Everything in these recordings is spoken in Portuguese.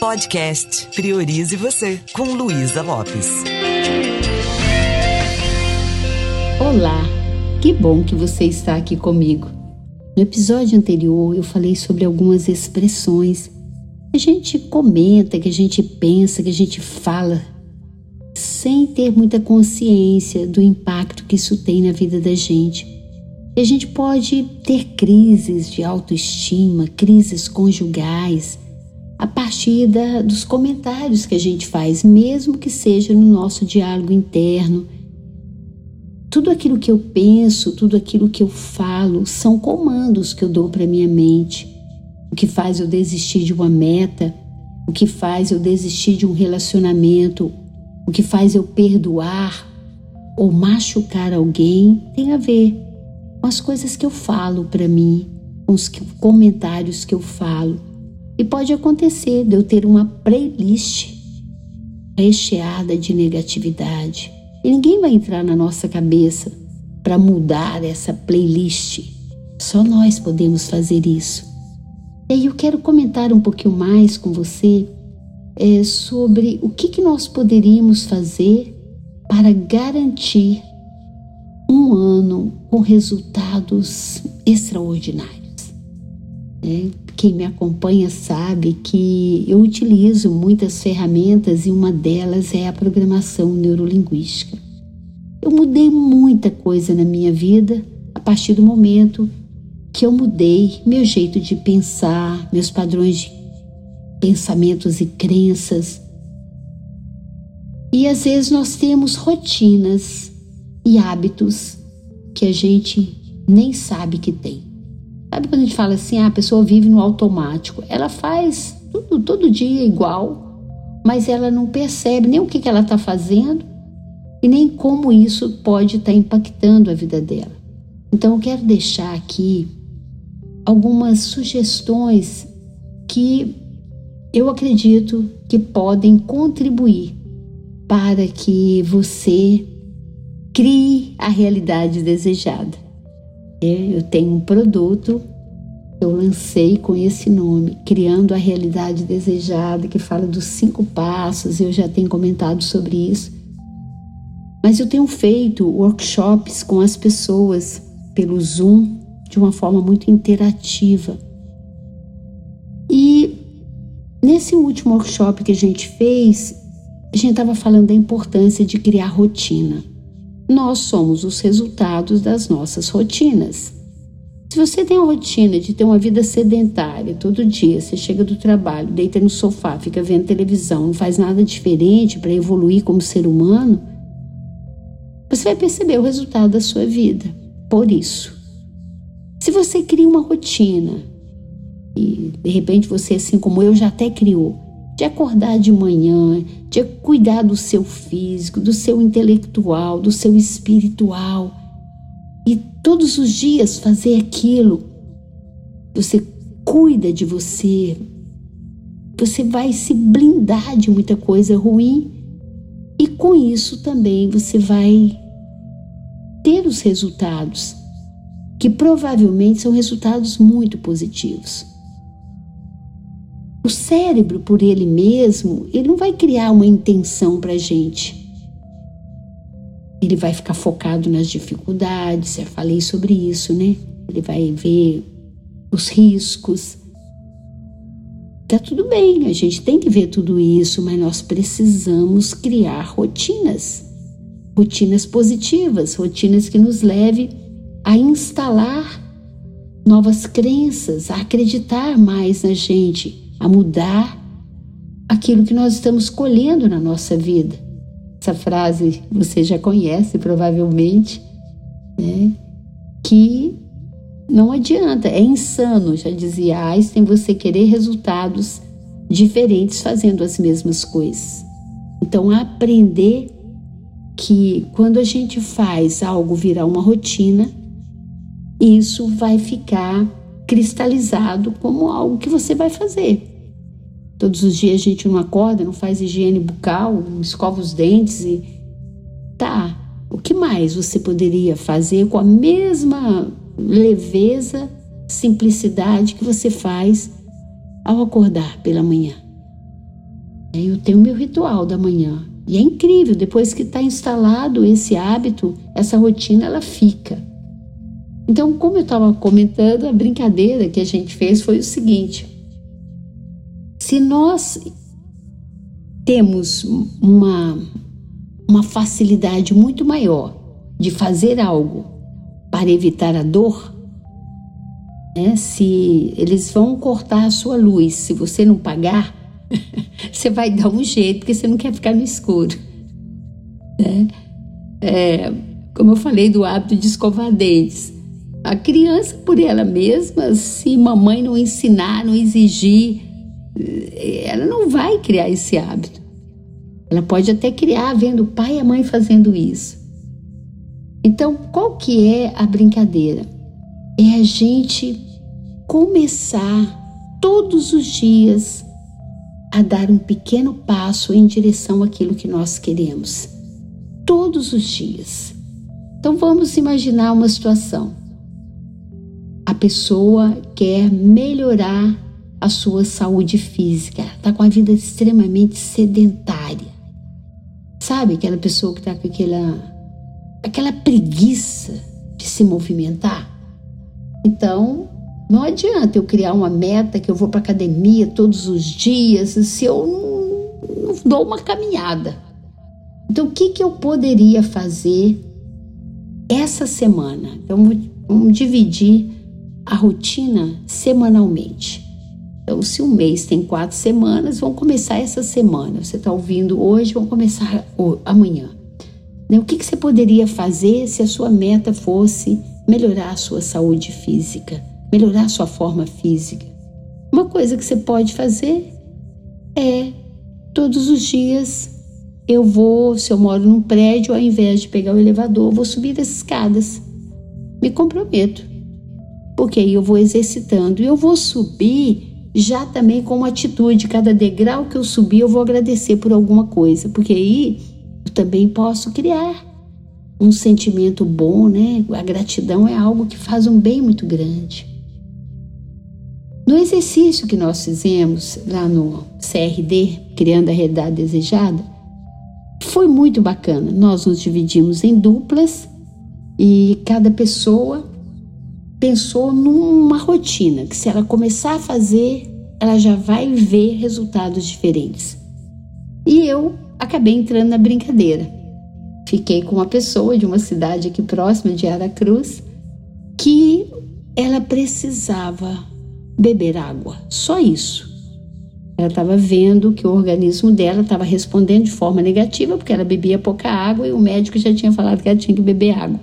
Podcast Priorize Você, com Luísa Lopes. Olá, que bom que você está aqui comigo. No episódio anterior eu falei sobre algumas expressões que a gente comenta, que a gente pensa, que a gente fala, sem ter muita consciência do impacto que isso tem na vida da gente. E a gente pode ter crises de autoestima, crises conjugais, a partir dos comentários que a gente faz, mesmo que seja no nosso diálogo interno. Tudo aquilo que eu penso, tudo aquilo que eu falo, são comandos que eu dou para minha mente. O que faz eu desistir de uma meta, o que faz eu desistir de um relacionamento, o que faz eu perdoar ou machucar alguém, tem a ver com as coisas que eu falo para mim, com os comentários que eu falo. E pode acontecer de eu ter uma playlist recheada de negatividade. E ninguém vai entrar na nossa cabeça para mudar essa playlist. Só nós podemos fazer isso. E aí eu quero comentar um pouquinho mais com você sobre o que nós poderíamos fazer para garantir um ano com resultados extraordinários. Quem me acompanha sabe que eu utilizo muitas ferramentas e uma delas é a programação neurolinguística. Eu mudei muita coisa na minha vida a partir do momento que eu mudei meu jeito de pensar, meus padrões de pensamentos e crenças. E às vezes nós temos rotinas e hábitos que a gente nem sabe que tem. Sabe quando a gente fala assim, a pessoa vive no automático, ela faz tudo todo dia igual, mas ela não percebe nem o que ela está fazendo e nem como isso pode estar impactando a vida dela. Então eu quero deixar aqui algumas sugestões que eu acredito que podem contribuir para que você crie a realidade desejada. Eu tenho um produto que eu lancei com esse nome, Criando a Realidade Desejada, que fala dos 5 passos, eu já tenho comentado sobre isso. Mas eu tenho feito workshops com as pessoas pelo Zoom de uma forma muito interativa. E nesse último workshop que a gente fez, a gente estava falando da importância de criar rotina. Nós somos os resultados das nossas rotinas. Se você tem a rotina de ter uma vida sedentária, todo dia você chega do trabalho, deita no sofá, fica vendo televisão, não faz nada diferente para evoluir como ser humano, você vai perceber o resultado da sua vida. Por isso, se você cria uma rotina, e de repente você, assim como eu, já até criou, de acordar de manhã, de cuidar do seu físico, do seu intelectual, do seu espiritual, e todos os dias fazer aquilo, você cuida de você, você vai se blindar de muita coisa ruim e com isso também você vai ter os resultados, que provavelmente são resultados muito positivos. O cérebro, por ele mesmo, ele não vai criar uma intenção para a gente. Ele vai ficar focado nas dificuldades, já falei sobre isso, né? Ele vai ver os riscos. Tá tudo bem, a gente tem que ver tudo isso, mas nós precisamos criar rotinas. Rotinas positivas, rotinas que nos levem a instalar novas crenças, a acreditar mais na gente, a mudar aquilo que nós estamos colhendo na nossa vida. Essa frase você já conhece provavelmente, né? Que não adianta, é insano, já dizia Einstein, você querer resultados diferentes fazendo as mesmas coisas. Então aprender que quando a gente faz algo virar uma rotina, isso vai ficar cristalizado como algo que você vai fazer. Todos os dias a gente não acorda, não faz higiene bucal, não escova os dentes e tá. O que mais você poderia fazer com a mesma leveza, simplicidade que você faz ao acordar pela manhã? Eu tenho meu ritual da manhã. E é incrível, depois que está instalado esse hábito, essa rotina, ela fica. Então, como eu estava comentando, a brincadeira que a gente fez foi o seguinte: se nós temos uma facilidade muito maior de fazer algo para evitar a dor, né? Se eles vão cortar a sua luz, se você não pagar, você vai dar um jeito, porque você não quer ficar no escuro, né? Como eu falei do hábito de escovar dentes, a criança por ela mesma, se mamãe não ensinar, não exigir, ela não vai criar esse hábito. Ela pode até criar vendo o pai e a mãe fazendo isso. Então, qual que é a brincadeira? É a gente começar todos os dias a dar um pequeno passo em direção àquilo que nós queremos. Todos os dias. Então, vamos imaginar uma situação. A pessoa quer melhorar a sua saúde física. Está com a vida extremamente sedentária. Sabe aquela pessoa que está com aquela preguiça de se movimentar? Então, não adianta eu criar uma meta que eu vou para a academia todos os dias se eu não dou uma caminhada. Então, o que eu poderia fazer essa semana? Então, vamos dividir a rotina semanalmente. Então, se um mês tem 4 semanas, vamos começar essa semana. Você está ouvindo hoje, vamos começar amanhã. O que você poderia fazer se a sua meta fosse melhorar a sua saúde física, melhorar a sua forma física? Uma coisa que você pode fazer é, todos os dias, se eu moro num prédio, ao invés de pegar o elevador, eu vou subir as escadas. Me comprometo, porque aí eu vou exercitando e eu vou subir já também com uma atitude. Cada degrau que eu subir, eu vou agradecer por alguma coisa, porque aí eu também posso criar um sentimento bom, né? A gratidão é algo que faz um bem muito grande. No exercício que nós fizemos lá no CRD, Criando a Realidade Desejada, foi muito bacana. Nós nos dividimos em duplas e cada pessoa pensou numa rotina que, se ela começar a fazer, ela já vai ver resultados diferentes. E eu acabei entrando na brincadeira. Fiquei com uma pessoa de uma cidade aqui próxima de Aracruz, que ela precisava beber água, só isso. Ela estava vendo que o organismo dela estava respondendo de forma negativa, porque ela bebia pouca água e o médico já tinha falado que ela tinha que beber água.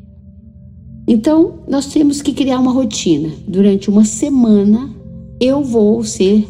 Então, nós temos que criar uma rotina. Durante uma semana, eu vou ser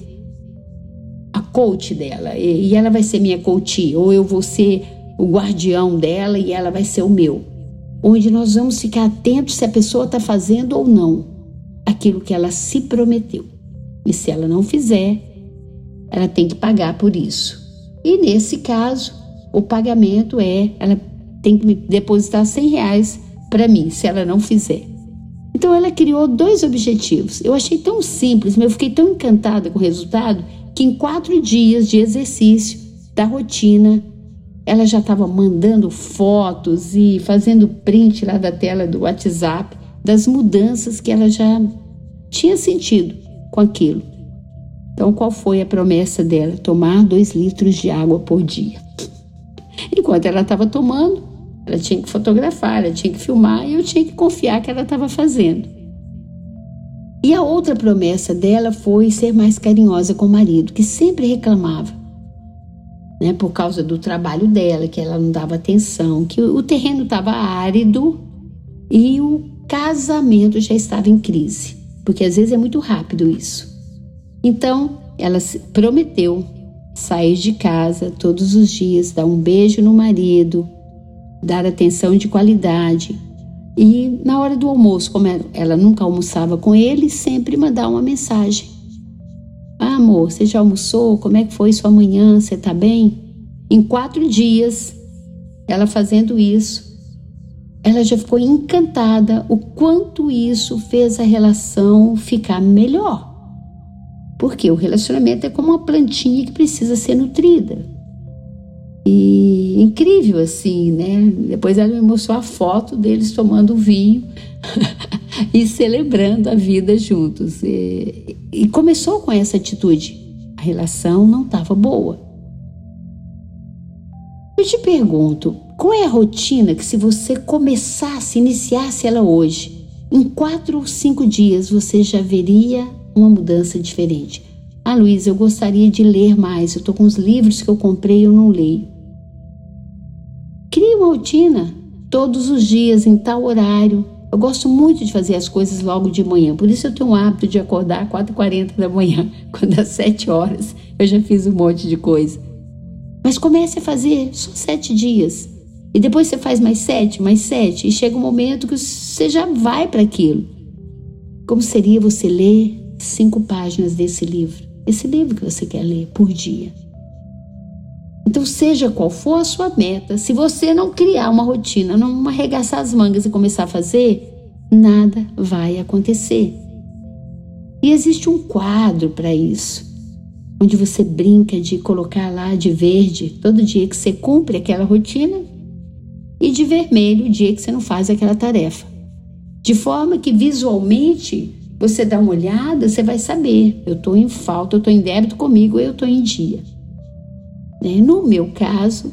a coach dela e ela vai ser minha coach, ou eu vou ser o guardião dela e ela vai ser o meu. Onde nós vamos ficar atentos se a pessoa está fazendo ou não aquilo que ela se prometeu. E se ela não fizer, ela tem que pagar por isso. E nesse caso, o pagamento ela tem que me depositar R$100 para mim, se ela não fizer. Então ela criou 2 objetivos. Eu achei tão simples, mas eu fiquei tão encantada com o resultado, que em 4 dias de exercício da rotina, ela já estava mandando fotos e fazendo print lá da tela do WhatsApp das mudanças que ela já tinha sentido com aquilo. Então, qual foi a promessa dela? Tomar 2 litros de água por dia. Enquanto ela estava tomando, ela tinha que fotografar, ela tinha que filmar e eu tinha que confiar que ela estava fazendo. E a outra promessa dela foi ser mais carinhosa com o marido, que sempre reclamava, né, por causa do trabalho dela, que ela não dava atenção, que o terreno estava árido e o casamento já estava em crise, porque às vezes é muito rápido isso. Então, ela prometeu sair de casa todos os dias, dar um beijo no marido, dar atenção de qualidade e, na hora do almoço, como ela nunca almoçava com ele, sempre mandar uma mensagem. Ah, amor, você já almoçou? Como é que foi sua manhã? Você tá bem? Em 4 dias, ela fazendo isso, ela já ficou encantada o quanto isso fez a relação ficar melhor. Porque o relacionamento é como uma plantinha que precisa ser nutrida. E incrível assim, né? Depois ela me mostrou a foto deles tomando vinho e celebrando a vida juntos. E começou com essa atitude. A relação não estava boa. Eu te pergunto, qual é a rotina que, se você iniciasse ela hoje, em 4 ou 5 dias você já veria uma mudança diferente? Ah, Luísa, eu gostaria de ler mais. Eu estou com os livros que eu comprei e eu não leio. Crie uma rotina todos os dias, em tal horário. Eu gosto muito de fazer as coisas logo de manhã. Por isso eu tenho o hábito de acordar às 4h40 da manhã. Quando às 7 horas eu já fiz um monte de coisa. Mas comece a fazer só 7 dias. E depois você faz mais 7. E chega um momento que você já vai para aquilo. Como seria você ler 5 páginas desse livro? Esse livro que você quer ler por dia. Então, seja qual for a sua meta, se você não criar uma rotina, não arregaçar as mangas e começar a fazer, nada vai acontecer. E existe um quadro para isso, onde você brinca de colocar lá de verde todo dia que você cumpre aquela rotina e de vermelho o dia que você não faz aquela tarefa. De forma que visualmente você dá uma olhada, você vai saber, eu estou em falta, eu estou em débito comigo, eu estou em dia. No meu caso,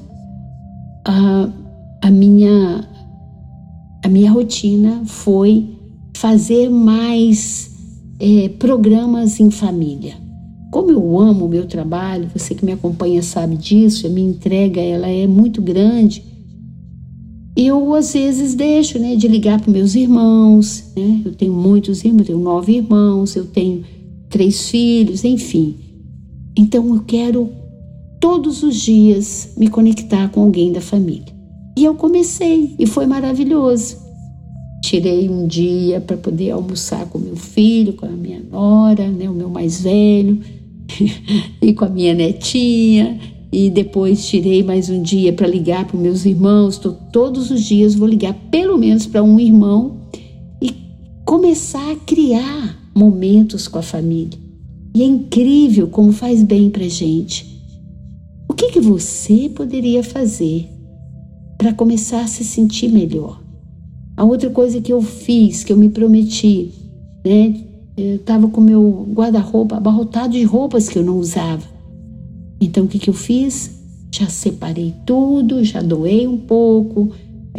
a minha rotina foi fazer mais programas em família. Como eu amo o meu trabalho, você que me acompanha sabe disso, a minha entrega ela é muito grande. Eu às vezes deixo de ligar para meus irmãos, Eu tenho muitos irmãos, eu tenho 9 irmãos, eu tenho 3 filhos, enfim. Então eu quero todos os dias me conectar com alguém da família. E eu comecei e foi maravilhoso. Tirei um dia para poder almoçar com meu filho, com a minha nora, o meu mais velho, e com a minha netinha. E depois tirei mais um dia para ligar para os meus irmãos. Todos os dias vou ligar pelo menos para um irmão e começar a criar momentos com a família. E é incrível como faz bem para a gente. O que você poderia fazer para começar a se sentir melhor? A outra coisa que eu fiz, que eu me prometi, eu estava com meu guarda-roupa abarrotado de roupas que eu não usava. Então o que eu fiz? Já separei tudo, já doei um pouco,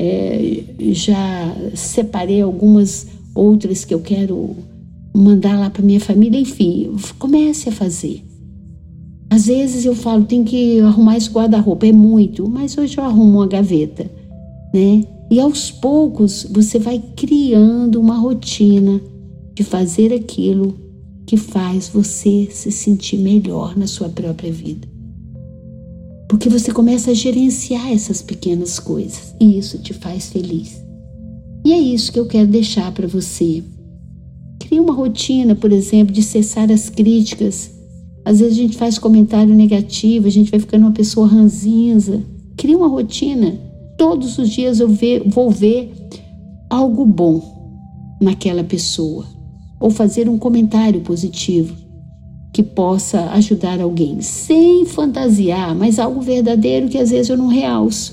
já separei algumas outras que eu quero mandar lá para minha família. Enfim, comece a fazer. Às vezes eu falo, tem que arrumar esse guarda-roupa, é muito, mas hoje eu arrumo uma gaveta, E aos poucos você vai criando uma rotina de fazer aquilo que faz você se sentir melhor na sua própria vida. Porque você começa a gerenciar essas pequenas coisas e isso te faz feliz. E é isso que eu quero deixar para você. Crie uma rotina, por exemplo, de cessar as críticas. Às vezes a gente faz comentário negativo, a gente vai ficando uma pessoa ranzinza. Crie uma rotina. Todos os dias eu vou ver algo bom naquela pessoa. Ou fazer um comentário positivo que possa ajudar alguém. Sem fantasiar, mas algo verdadeiro que às vezes eu não realço.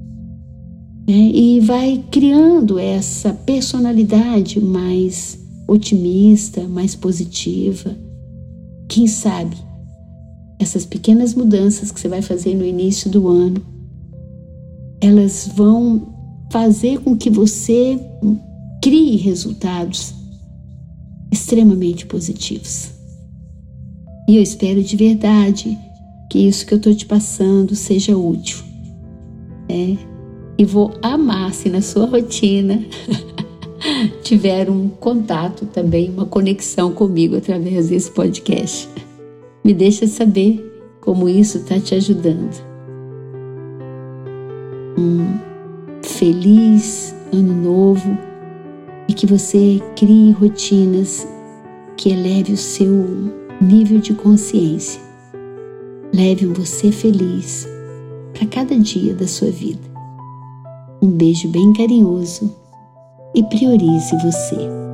E vai criando essa personalidade mais otimista, mais positiva. Quem sabe essas pequenas mudanças que você vai fazer no início do ano, elas vão fazer com que você crie resultados extremamente positivos. E eu espero de verdade que isso que eu estou te passando seja útil. E vou amar se na sua rotina tiver um contato também, uma conexão comigo através desse podcast. Me deixa saber como isso está te ajudando. Feliz ano novo e que você crie rotinas que eleve o seu nível de consciência. Leve você feliz para cada dia da sua vida. Um beijo bem carinhoso e priorize você.